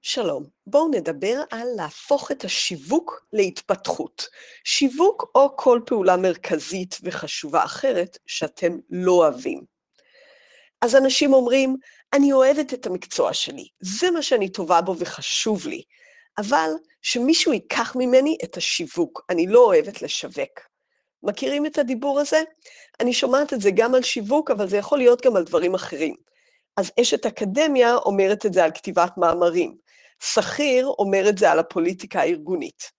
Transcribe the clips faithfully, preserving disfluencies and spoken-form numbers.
שלום, בואו נדבר על להפוך את השיווק להתפתחות. שיווק או כל פעולה מרכזית וחשובה אחרת שאתם לא אוהבים. אז אנשים אומרים, אני אוהבת את המקצוע שלי, זה מה שאני טובה בו וחשוב לי, אבל שמישהו ייקח ממני את השיווק, אני לא אוהבת לשווק. מכירים את הדיבור הזה? אני שומעת את זה גם על שיווק, אבל זה יכול להיות גם על דברים אחרים. אז אשת אקדמיה אומרת את זה על כתיבת מאמרים. שכיר אומר את זה על הפוליטיקה הארגונית.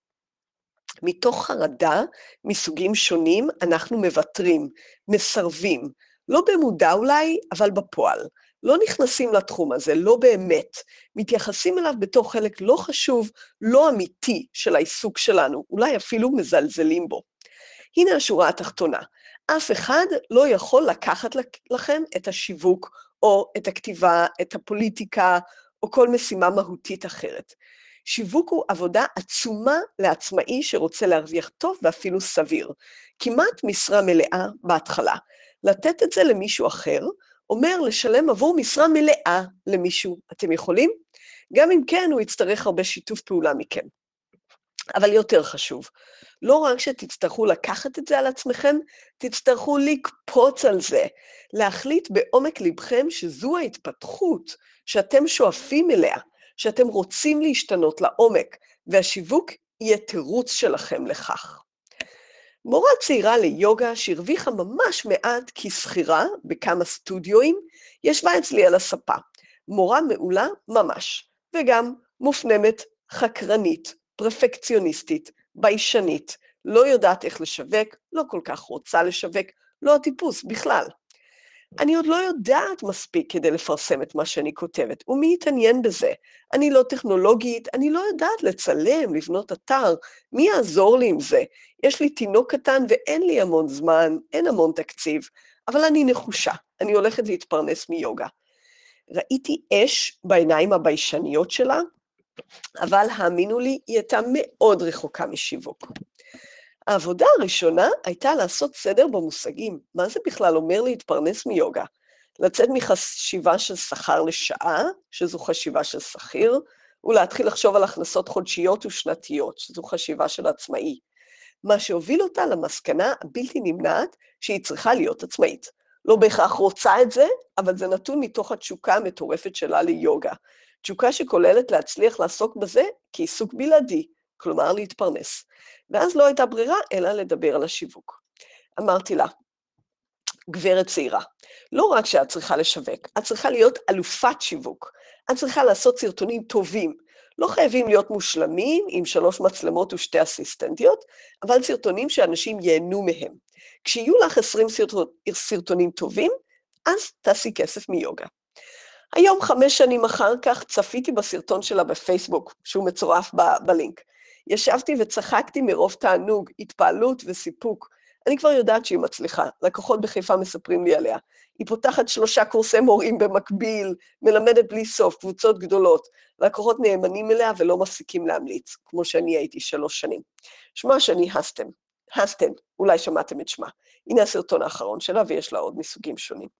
מתוך חרדה, מסוגים שונים, אנחנו מוותרים, מסרבים, לא במודע אולי, אבל בפועל. לא נכנסים לתחום הזה, לא באמת. מתייחסים אליו בתור חלק לא חשוב, לא אמיתי של העיסוק שלנו, אולי אפילו מזלזלים בו. הנה השורה התחתונה. אף אחד לא יכול לקחת לכם את השיווק, או את הכתיבה, את הפוליטיקה, או כל משימה מהותית אחרת. שיווק הוא עבודה עצומה לעצמאי שרוצה להרוויח טוב ואפילו סביר. כמעט משרה מלאה בהתחלה. לתת את זה למישהו אחר, אומר לשלם עבור משרה מלאה למישהו. אתם יכולים? גם אם כן, הוא יצטרך הרבה שיתוף פעולה מכם. אבל יותר חשוב, לא רק שתצטרכו לקחת את זה על עצמכם, תצטרכו לקפוץ על זה, להחליט בעומק לבכם שזו ההתפתחות שאתם שואפים אליה, שאתם רוצים להשתנות לעומק, והשיווק יהיה תירוץ שלכם לכך. מורה צעירה ליוגה שהרוויחה ממש מעט כשכירה בכמה סטודיואים, ישבה אצלי על הספה. מורה מעולה ממש, וגם מופנמת, חקרנית, פרפקציוניסטית, ביישנית, לא יודעת איך לשווק, לא כל כך רוצה לשווק, לא הטיפוס בכלל. אני עוד לא יודעת מספיק כדי לפרסם את מה שאני כותבת, ומי יתעניין בזה? אני לא טכנולוגית, אני לא יודעת לצלם, לבנות אתר, מי יעזור לי עם זה? יש לי תינוק קטן ואין לי המון זמן, אין המון תקציב, אבל אני נחושה, אני הולכת להתפרנס מיוגה. ראיתי אש בעיניים הביישניות שלה, אבל האמינו לי, היא הייתה מאוד רחוקה משיווק. העבודה הראשונה הייתה לעשות סדר במושגים. מה זה בכלל אומר להתפרנס מיוגה? לצאת מחשיבה של שכר לשעה, שזו חשיבה של שכיר, ולהתחיל לחשוב על הכנסות חודשיות ושנתיות, שזו חשיבה של עצמאי. מה שהוביל אותה למסקנה הבלתי נמנעת שהיא צריכה להיות עצמאית. לא בהכרח רוצה את זה, אבל זה נתון מתוך התשוקה המטורפת שלה ליוגה. תשוקה שכוללת להצליח לעסוק בזה כעיסוק בלעדי, כלומר להתפרנס. ואז לא הייתה ברירה אלא לדבר על השיווק. אמרתי לה, גברת צעירה, לא רק שאת צריכה לשווק, את צריכה להיות אלופת שיווק. את צריכה לעשות סרטונים טובים. לא חייבים להיות מושלמים עם שלוש מצלמות ושתי אסיסטנטיות, אבל סרטונים שאנשים ייהנו מהם. כשיהיו לך עשרים סרטונים טובים, אז תעשי כסף מיוגה. היום, חמש שנים אחר כך, צפיתי בסרטון שלה בפייסבוק, שהוא מצורף ב- בלינק. ישבתי וצחקתי מרוב תענוג, התפעלות וסיפוק. אני כבר יודעת שהיא מצליחה, לקוחות בחיפה מספרים לי עליה. היא פותחת שלושה קורסי מורים במקביל, מלמדת בלי סוף, קבוצות גדולות. לקוחות נאמנים אליה ולא מפסיקים להמליץ, כמו שאני הייתי שלוש שנים. שמה שאני הסטן, הסטן, אולי שמעתם את שמה. הנה הסרטון האחרון שלה ויש לה עוד מסוגים שונים.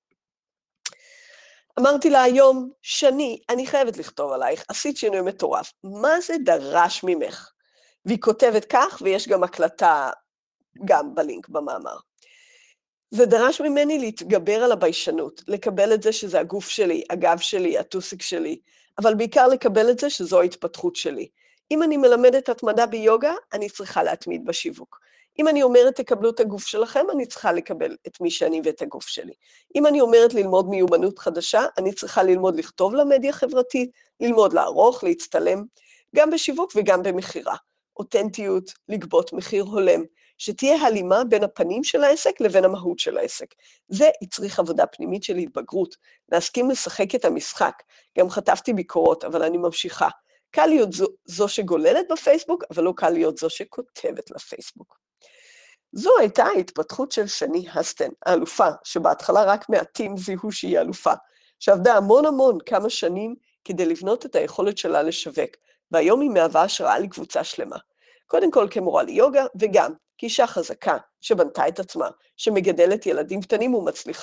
אמרתי לה היום, שני, אני חייבת לכתוב עלייך, עשית שינוי מטורף. מה זה דרש ממך? והיא כותבת כך, ויש גם הקלטה גם בלינק במאמר. זה דרש ממני להתגבר על הביישנות, לקבל את זה שזה הגוף שלי, הגב שלי, הטוסיק שלי, אבל בעיקר לקבל את זה שזו ההתפתחות שלי. אם אני מלמדת התמדה ביוגה, אני צריכה להתמיד בשיווק. אם אני אומרת תקבלו את הגוף שלכם, אני צריכה לקבל את מי שאני ואת הגוף שלי. אם אני אומרת ללמוד מיומנות חדשה, אני צריכה ללמוד לכתוב למדיה חברתית, ללמוד לערוך, להצטלם, גם בשיווק וגם במחירה. אותנטיות, לגבות מחיר הולם, שתהיה הלימה בין הפנים של העסק לבין המהות של העסק. זה יצריך עבודה פנימית של התבגרות, להסכים לשחק את המשחק. גם חטפתי ביקורות, אבל אני ממשיכה. קל להיות זו, זו שגוללת בפייסבוק, אבל לא קל להיות זו שכותבת לפייסבוק. זו הייתה ההתפתחות של שני הסטן, האלופה, שבהתחלה רק מעטים זיהו שהיא אלופה, שעבדה המון המון כמה שנים כדי לבנות את היכולת שלה לשווק, והיום היא מהווה השראה לקבוצה שלמה. קודם כל כמורה ליוגה, וגם כאישה חזקה שבנתה את עצמה, שמגדלת ילדים קטנים ומצליחה,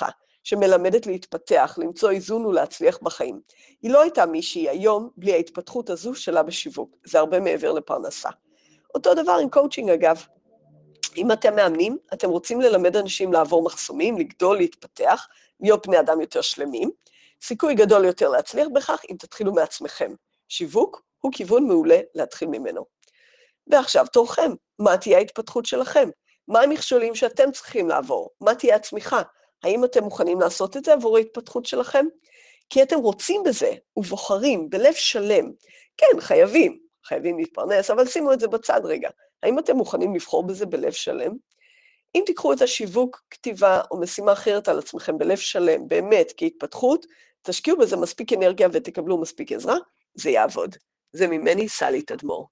שמלמדת להתפתח, למצוא איזון ולהצליח בחיים. היא לא הייתה מי שהיא היום בלי ההתפתחות הזו שלה בשיווק. זה הרבה מעבר לפרנסה. אותו דבר עם קואוצ'ינג אגב. אם אתם מאמנים, אתם רוצים ללמד אנשים לעבור מחסומים, לגדול, להתפתח, להיות בני אדם יותר שלמים, סיכוי גדול יותר להצליח בכך אם תתחילו מעצמכם. שיווק הוא כיוון מעולה להתחיל ממנו. ועכשיו תורכם, מה תהיה ההתפתחות שלכם? מה המכשולים שאתם צריכים לעבור? מה תהיה הצמיחה? האם אתם מוכנים לעשות את זה עבור ההתפתחות שלכם? כי אתם רוצים בזה ובוחרים בלב שלם. כן, חייבים, חייבים להתפרנס, אבל שימו את זה בצד רגע. האם אתם מוכנים לבחור בזה בלב שלם? אם תיקחו את השיווק, כתיבה או משימה אחרת על עצמכם בלב שלם, באמת כהתפתחות, תשקיעו בזה מספיק אנרגיה ותקבלו מספיק עזרה, זה יעבוד. זה ממני, סלי תדמור.